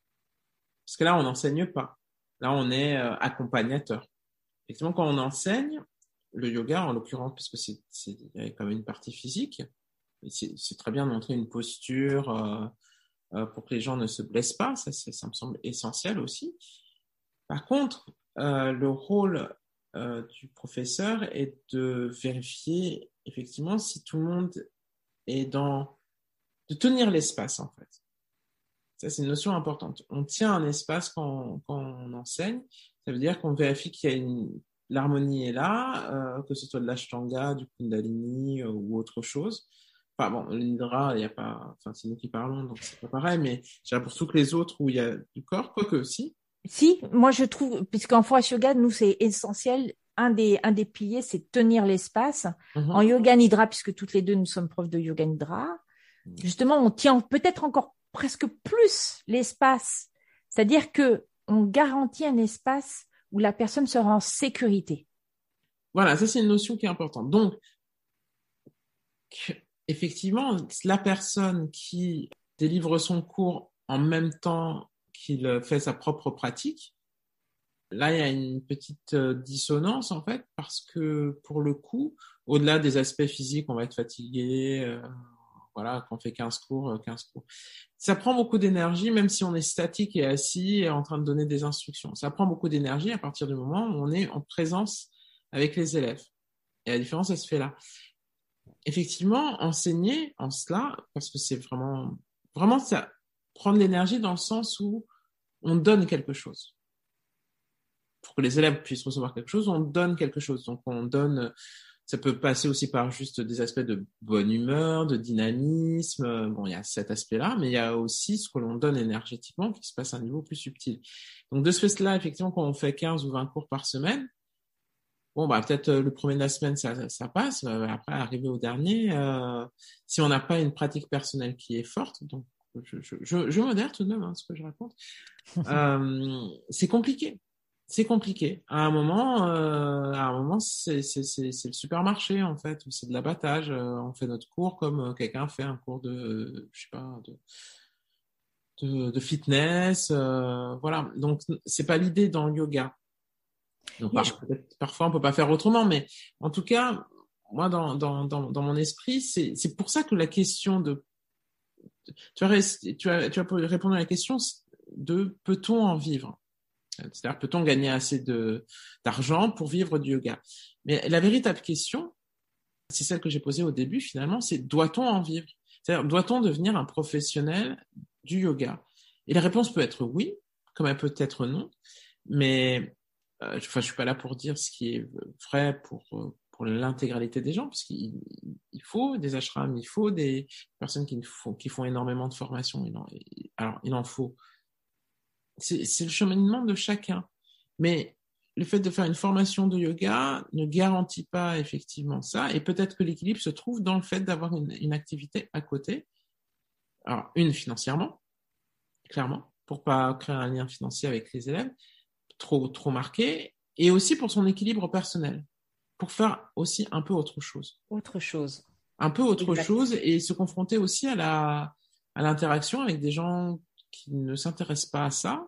Parce que là, on n'enseigne pas. Là, on est euh, accompagnateur. Effectivement, quand on enseigne, le yoga, en l'occurrence, puisque c'est, c'est, il y a quand même une partie physique, c'est, c'est très bien de montrer une posture euh, euh, pour que les gens ne se blessent pas. Ça, c'est, ça me semble essentiel aussi. Par contre, euh, le rôle euh, du professeur est de vérifier effectivement si tout le monde est dans... de tenir l'espace, en fait. Ça, c'est une notion importante. On tient un espace quand, quand on enseigne. Ça veut dire qu'on vérifie qu'il y a une... l'harmonie est là, euh, que ce soit de l'ashtanga, du kundalini euh, ou autre chose. Enfin bon, l'hydra, il y a pas... Enfin, c'est nous qui parlons, donc c'est pas pareil, mais j'ai pour tous que les autres où il y a du corps, quoique aussi. Si, moi je trouve, puisqu'en forest yoga, nous c'est essentiel, un des, un des piliers, c'est tenir l'espace. Mm-hmm. En yoga nidra, puisque toutes les deux nous sommes profs de yoga nidra, justement, on tient peut-être encore presque plus l'espace. C'est-à-dire que on garantit un espace où la personne sera en sécurité. Voilà, ça c'est une notion qui est importante. Donc, effectivement, la personne qui délivre son cours en même temps qu'il fait sa propre pratique, là, il y a une petite dissonance, en fait, parce que, pour le coup, au-delà des aspects physiques, on va être fatigué, euh, voilà, quand on fait quinze cours, quinze cours. Ça prend beaucoup d'énergie, même si on est statique et assis et en train de donner des instructions. Ça prend beaucoup d'énergie à partir du moment où on est en présence avec les élèves. Et la différence, elle se fait là. Effectivement, enseigner en cela, parce que c'est vraiment, vraiment ça, prendre l'énergie dans le sens où on donne quelque chose. Pour que les élèves puissent recevoir quelque chose, on donne quelque chose. Donc, on donne, ça peut passer aussi par juste des aspects de bonne humeur, de dynamisme. Bon, il y a cet aspect-là, mais il y a aussi ce que l'on donne énergétiquement qui se passe à un niveau plus subtil. Donc, de ce fait-là, effectivement, quand on fait quinze ou vingt cours par semaine, bon, bah, peut-être euh, le premier de la semaine, ça, ça passe. Euh, après, arriver au dernier, euh, si on n'a pas une pratique personnelle qui est forte, donc je, je, je, je modère tout de même hein, ce que je raconte, euh, c'est compliqué. c'est compliqué. À un moment, euh, à un moment, c'est, c'est, c'est, c'est le supermarché, en fait. C'est de l'abattage. Euh, on fait notre cours comme euh, quelqu'un fait un cours de, euh, je sais pas, de, de, de fitness. Euh, voilà. Donc, c'est pas l'idée dans le yoga. Donc, Et je- par, peut-être, parfois, on peut pas faire autrement, mais en tout cas, moi, dans, dans, dans, dans mon esprit, c'est, c'est pour ça que la question de, tu as, tu as, tu as répondu à la question de peut-on en vivre? C'est-à-dire, peut-on gagner assez de, d'argent pour vivre du yoga? Mais la véritable question, c'est celle que j'ai posée au début, finalement, c'est doit-on en vivre? C'est-à-dire, doit-on devenir un professionnel du yoga? Et la réponse peut être oui, comme elle peut être non, mais euh, enfin, je suis pas là pour dire ce qui est vrai pour, pour l'intégralité des gens, parce qu'il il faut des ashrams, il faut des personnes qui font, qui font énormément de formations. Il en, alors, il en faut. C'est, c'est le cheminement de chacun. Mais le fait de faire une formation de yoga ne garantit pas effectivement ça. Et peut-être que l'équilibre se trouve dans le fait d'avoir une, une activité à côté. Alors, une financièrement, clairement, pour pas créer un lien financier avec les élèves trop, trop marqué. Et aussi pour son équilibre personnel, pour faire aussi un peu autre chose. Autre chose. Un peu autre Exact. chose et se confronter aussi à la, à l'interaction avec des gens qui ne s'intéressent pas à ça,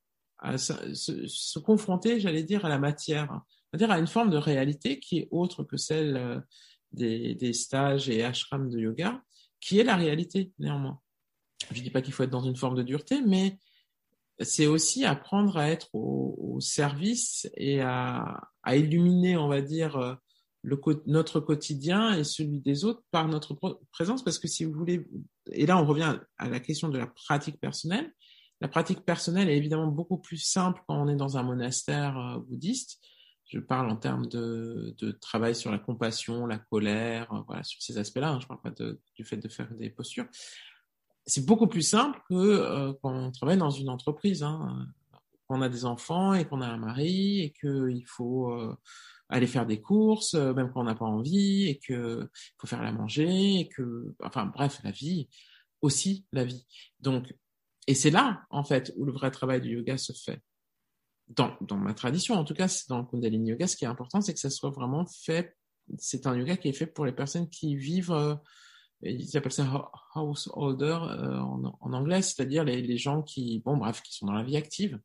à se, se, se confronter, j'allais dire, à la matière, c'est-à-dire à une forme de réalité qui est autre que celle des, des stages et ashrams de yoga, qui est la réalité néanmoins. Je dis pas qu'il faut être dans une forme de dureté, mais c'est aussi apprendre à être au, au service et à, à illuminer, on va dire, le, notre quotidien et celui des autres par notre présence, parce que si vous voulez, et là on revient à la question de la pratique personnelle, la pratique personnelle est évidemment beaucoup plus simple quand on est dans un monastère euh, bouddhiste. Je parle en termes de, de travail sur la compassion, la colère, euh, voilà, sur ces aspects-là. Hein, je ne parle pas de, du fait de faire des postures. C'est beaucoup plus simple que euh, quand on travaille dans une entreprise. Hein, quand on a des enfants et qu'on a un mari et qu'il faut euh, aller faire des courses, euh, même quand on n'a pas envie, et qu'il faut faire la manger, et que, enfin bref, la vie, aussi la vie. Donc, et c'est là, en fait, où le vrai travail du yoga se fait. Dans, dans ma tradition, en tout cas, c'est dans le Kundalini Yoga, ce qui est important, c'est que ça soit vraiment fait, c'est un yoga qui est fait pour les personnes qui vivent, euh, ils appellent ça householder euh, en, en anglais, c'est-à-dire les, les gens qui, bon bref, qui sont dans la vie active,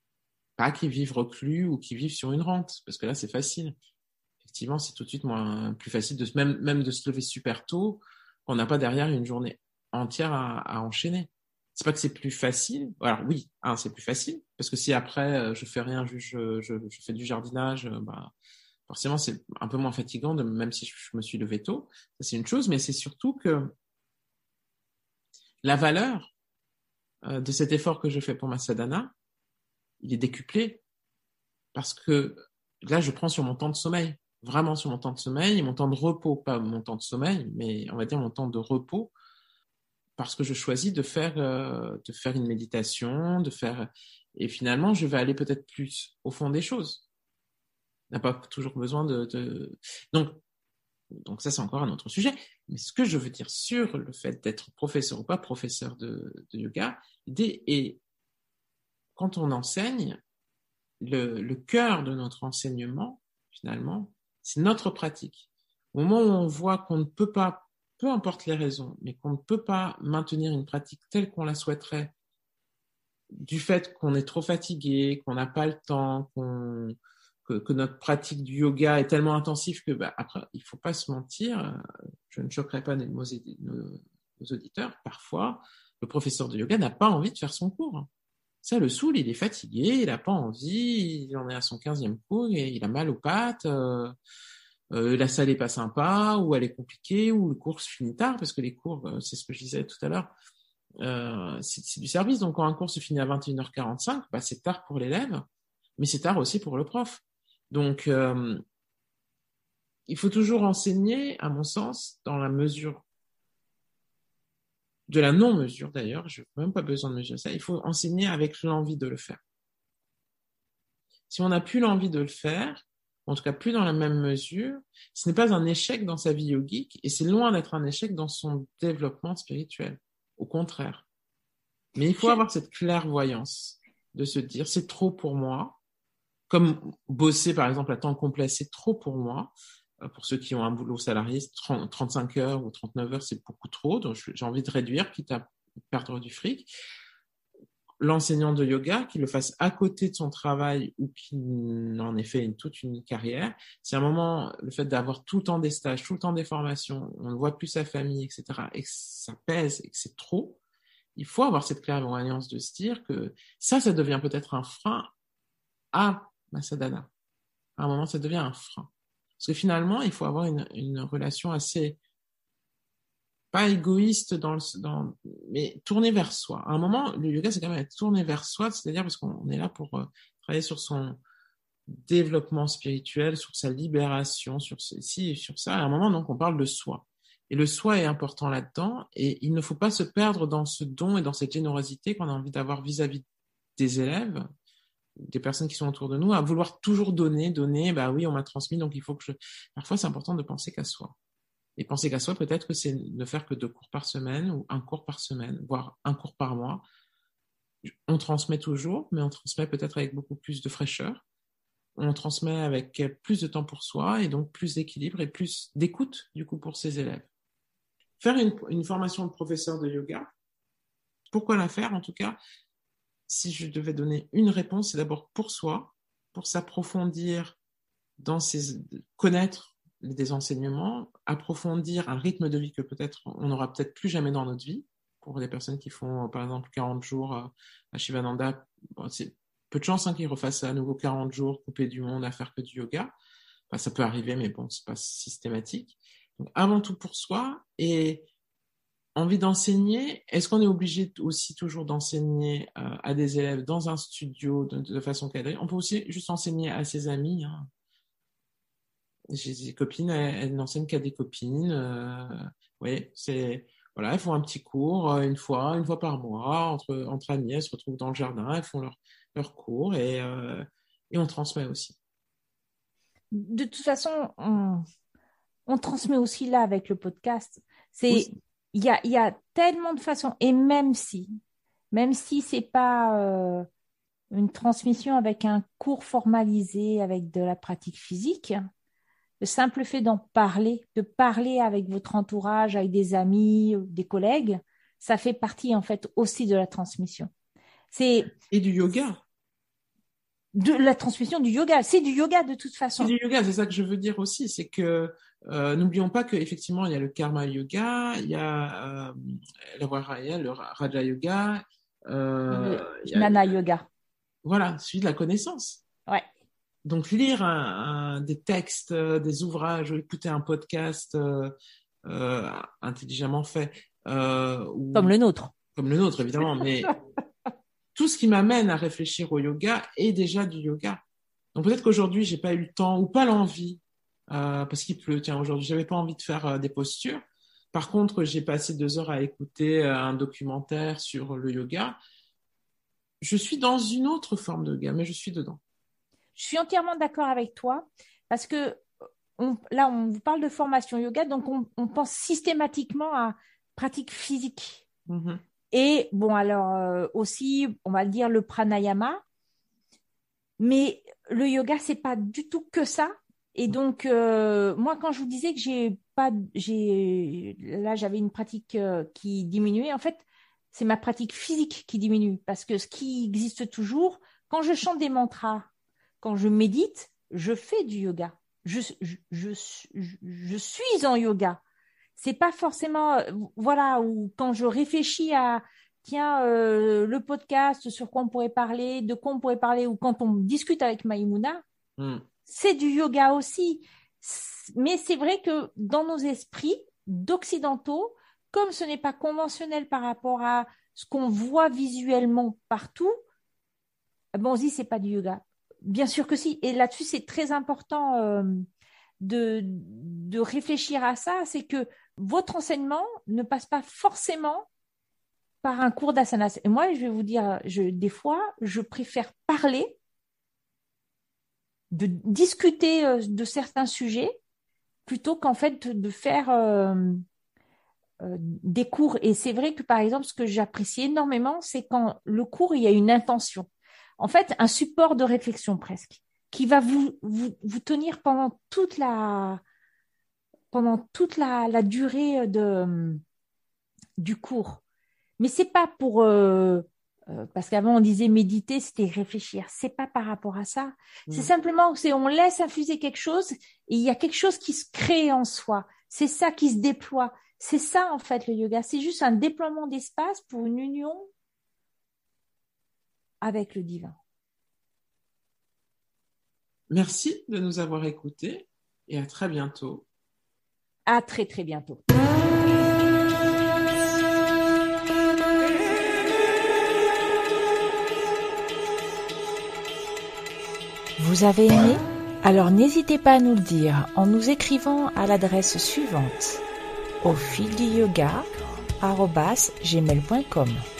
pas qui vivent reclus ou qui vivent sur une rente, parce que là, c'est facile. Effectivement, c'est tout de suite moins, plus facile de même, même de se lever super tôt, on n'a pas derrière une journée entière à, à enchaîner. C'est pas que c'est plus facile. Alors oui, hein, c'est plus facile parce que si après je fais rien, je, je, je, je fais du jardinage, bah forcément c'est un peu moins fatigant, de, même si je, je me suis levé tôt. Ça c'est une chose, mais c'est surtout que la valeur euh, de cet effort que je fais pour ma sadhana, il est décuplé parce que là je prends sur mon temps de sommeil, vraiment sur mon temps de sommeil, mon temps de repos, pas mon temps de sommeil, mais on va dire mon temps de repos. Parce que je choisis de faire euh, de faire une méditation, de faire et finalement je vais aller peut-être plus au fond des choses. On n'a pas toujours besoin de, de... donc donc ça c'est encore un autre sujet. Mais ce que je veux dire sur le fait d'être professeur ou pas professeur de, de yoga, l'idée est quand on enseigne, le, le cœur de notre enseignement finalement, c'est notre pratique. Au moment où on voit qu'on ne peut pas, peu importe les raisons, mais qu'on ne peut pas maintenir une pratique telle qu'on la souhaiterait, du fait qu'on est trop fatigué, qu'on n'a pas le temps, qu'on, que, que notre pratique du yoga est tellement intensive que, bah, après, il faut pas se mentir, je ne choquerai pas nos, nos, nos auditeurs, parfois, le professeur de yoga n'a pas envie de faire son cours. Ça le saoule, il est fatigué, il n'a pas envie, il en est à son quinzième cours et il a mal aux pattes, euh, euh, la salle est pas sympa, ou elle est compliquée, ou le cours se finit tard, parce que les cours, euh, c'est ce que je disais tout à l'heure, euh, c'est, c'est du service, donc quand un cours se finit à vingt et une heures quarante-cinq, bah, c'est tard pour l'élève, mais c'est tard aussi pour le prof. Donc, euh, il faut toujours enseigner, à mon sens, dans la mesure de la non-mesure d'ailleurs, je n'ai même pas besoin de mesurer ça, il faut enseigner avec l'envie de le faire. Si on n'a plus l'envie de le faire, en tout cas plus dans la même mesure, ce n'est pas un échec dans sa vie yogique et c'est loin d'être un échec dans son développement spirituel. Au contraire. Mais il faut avoir cette clairvoyance de se dire c'est trop pour moi, comme bosser, par exemple, à temps complet, c'est trop pour moi. Pour ceux qui ont un boulot salarié, trente, trente-cinq heures ou trente-neuf heures, c'est beaucoup trop. Donc, j'ai envie de réduire, quitte à perdre du fric. L'enseignant de yoga, qu'il le fasse à côté de son travail ou qu'il en ait fait une, toute une carrière, c'est un moment, le fait d'avoir tout le temps des stages, tout le temps des formations, on ne voit plus sa famille, et cetera, et que ça pèse et que c'est trop, il faut avoir cette clairvoyance de se dire que ça, ça devient peut-être un frein à ma sadhana. À un moment, ça devient un frein. Parce que finalement, il faut avoir une, une relation assez, pas égoïste, dans le, dans, mais tournée vers soi. À un moment, le yoga, c'est quand même être tourné vers soi, c'est-à-dire parce qu'on est là pour euh, travailler sur son développement spirituel, sur sa libération, sur ceci et sur ça. À un moment, donc, on parle de soi. Et le soi est important là-dedans, et il ne faut pas se perdre dans ce don et dans cette générosité qu'on a envie d'avoir vis-à-vis des élèves, des personnes qui sont autour de nous, à vouloir toujours donner, donner, bah oui, on m'a transmis, donc il faut que je... Parfois, c'est important de penser qu'à soi. Et penser qu'à soi, peut-être que c'est ne faire que deux cours par semaine, ou un cours par semaine, voire un cours par mois. On transmet toujours, mais on transmet peut-être avec beaucoup plus de fraîcheur. On transmet avec plus de temps pour soi, et donc plus d'équilibre et plus d'écoute, du coup, pour ses élèves. Faire une, une formation de professeur de yoga, pourquoi la faire, en tout cas? Si je devais donner une réponse, c'est d'abord pour soi, pour s'approfondir dans ses, connaître des enseignements, approfondir un rythme de vie que peut-être on n'aura peut-être plus jamais dans notre vie. Pour des personnes qui font, par exemple, quarante jours à Shivananda, bon, c'est peu de chance hein, qu'ils refassent à nouveau quarante jours coupés du monde à faire que du yoga. Enfin, ça peut arriver, mais bon, c'est pas systématique. Donc, avant tout pour soi, et envie d'enseigner, est-ce qu'on est obligé aussi toujours d'enseigner euh, à des élèves dans un studio de, de façon cadrée? On peut aussi juste enseigner à ses amis. Hein. J'ai des copines, elles, elles n'enseignent qu'à des copines. Euh, oui, c'est voilà, elles font un petit cours euh, une fois, une fois par mois entre entre amis. Elles se retrouvent dans le jardin, elles font leur leur cours et euh, et on transmet aussi. De toute façon, on, on transmet aussi là avec le podcast. C'est, il y a, il y a tellement de façons, et même si, même si c'est pas euh, une transmission avec un cours formalisé, avec de la pratique physique, le simple fait d'en parler, de parler avec votre entourage, avec des amis, des collègues, ça fait partie en fait aussi de la transmission. C'est et du yoga. De la transmission du yoga, c'est du yoga de toute façon. C'est du yoga, c'est ça que je veux dire aussi, c'est que euh, n'oublions pas qu'effectivement il y a le karma yoga, il y a euh, le Raya, le Raja yoga, euh, le Jnana yoga. Voilà, celui de la connaissance. Ouais. Donc lire un, un, des textes, euh, des ouvrages, ou écouter un podcast euh, euh, intelligemment fait, euh, ou, comme le nôtre, comme le nôtre évidemment, mais tout ce qui m'amène à réfléchir au yoga est déjà du yoga. Donc peut-être qu'aujourd'hui j'ai pas eu le temps ou pas l'envie euh, parce qu'il pleut. Tiens, aujourd'hui j'avais pas envie de faire euh, des postures. Par contre, j'ai passé deux heures à écouter euh, un documentaire sur le yoga. Je suis dans une autre forme de yoga, mais je suis dedans. Je suis entièrement d'accord avec toi parce que on, là on vous parle de formation yoga, donc on, on pense systématiquement à pratique physique. Mm-hmm. Et bon, alors euh, aussi, on va dire le pranayama, mais le yoga, c'est pas du tout que ça. Et donc, euh, moi, quand je vous disais que j'ai pas, j'ai, là, j'avais une pratique euh, qui diminuait, en fait, c'est ma pratique physique qui diminue parce que ce qui existe toujours, quand je chante des mantras, quand je médite, je fais du yoga. Je, je, je, je, je suis en yoga. C'est pas forcément, voilà, ou quand je réfléchis à, tiens, euh, le podcast, sur quoi on pourrait parler, de quoi on pourrait parler, ou quand on discute avec Maïmouna, mm. c'est du yoga aussi. Mais c'est vrai que dans nos esprits d'occidentaux, comme ce n'est pas conventionnel par rapport à ce qu'on voit visuellement partout, bon, on se dit c'est pas du yoga. Bien sûr que si. Et là-dessus, c'est très important euh, de, de réfléchir à ça, c'est que votre enseignement ne passe pas forcément par un cours d'asana. Et moi, je vais vous dire, je, des fois, je préfère parler, de discuter euh, de certains sujets, plutôt qu'en fait de faire euh, euh, des cours. Et c'est vrai que, par exemple, ce que j'apprécie énormément, c'est quand le cours, il y a une intention. En fait, un support de réflexion presque. qui va vous, vous, vous tenir pendant toute la, pendant toute la, la durée de, du cours. Mais c'est pas pour, euh, euh, parce qu'avant on disait méditer, c'était réfléchir. C'est pas par rapport à ça. Mmh. C'est simplement, c'est on laisse infuser quelque chose et il y a quelque chose qui se crée en soi. C'est ça qui se déploie. C'est ça en fait le yoga. C'est juste un déploiement d'espace pour une union avec le divin. Merci de nous avoir écoutés et à très bientôt. À très très bientôt. Vous avez aimé? Alors n'hésitez pas à nous le dire en nous écrivant à l'adresse suivante au fil du yoga arobase gmail point com.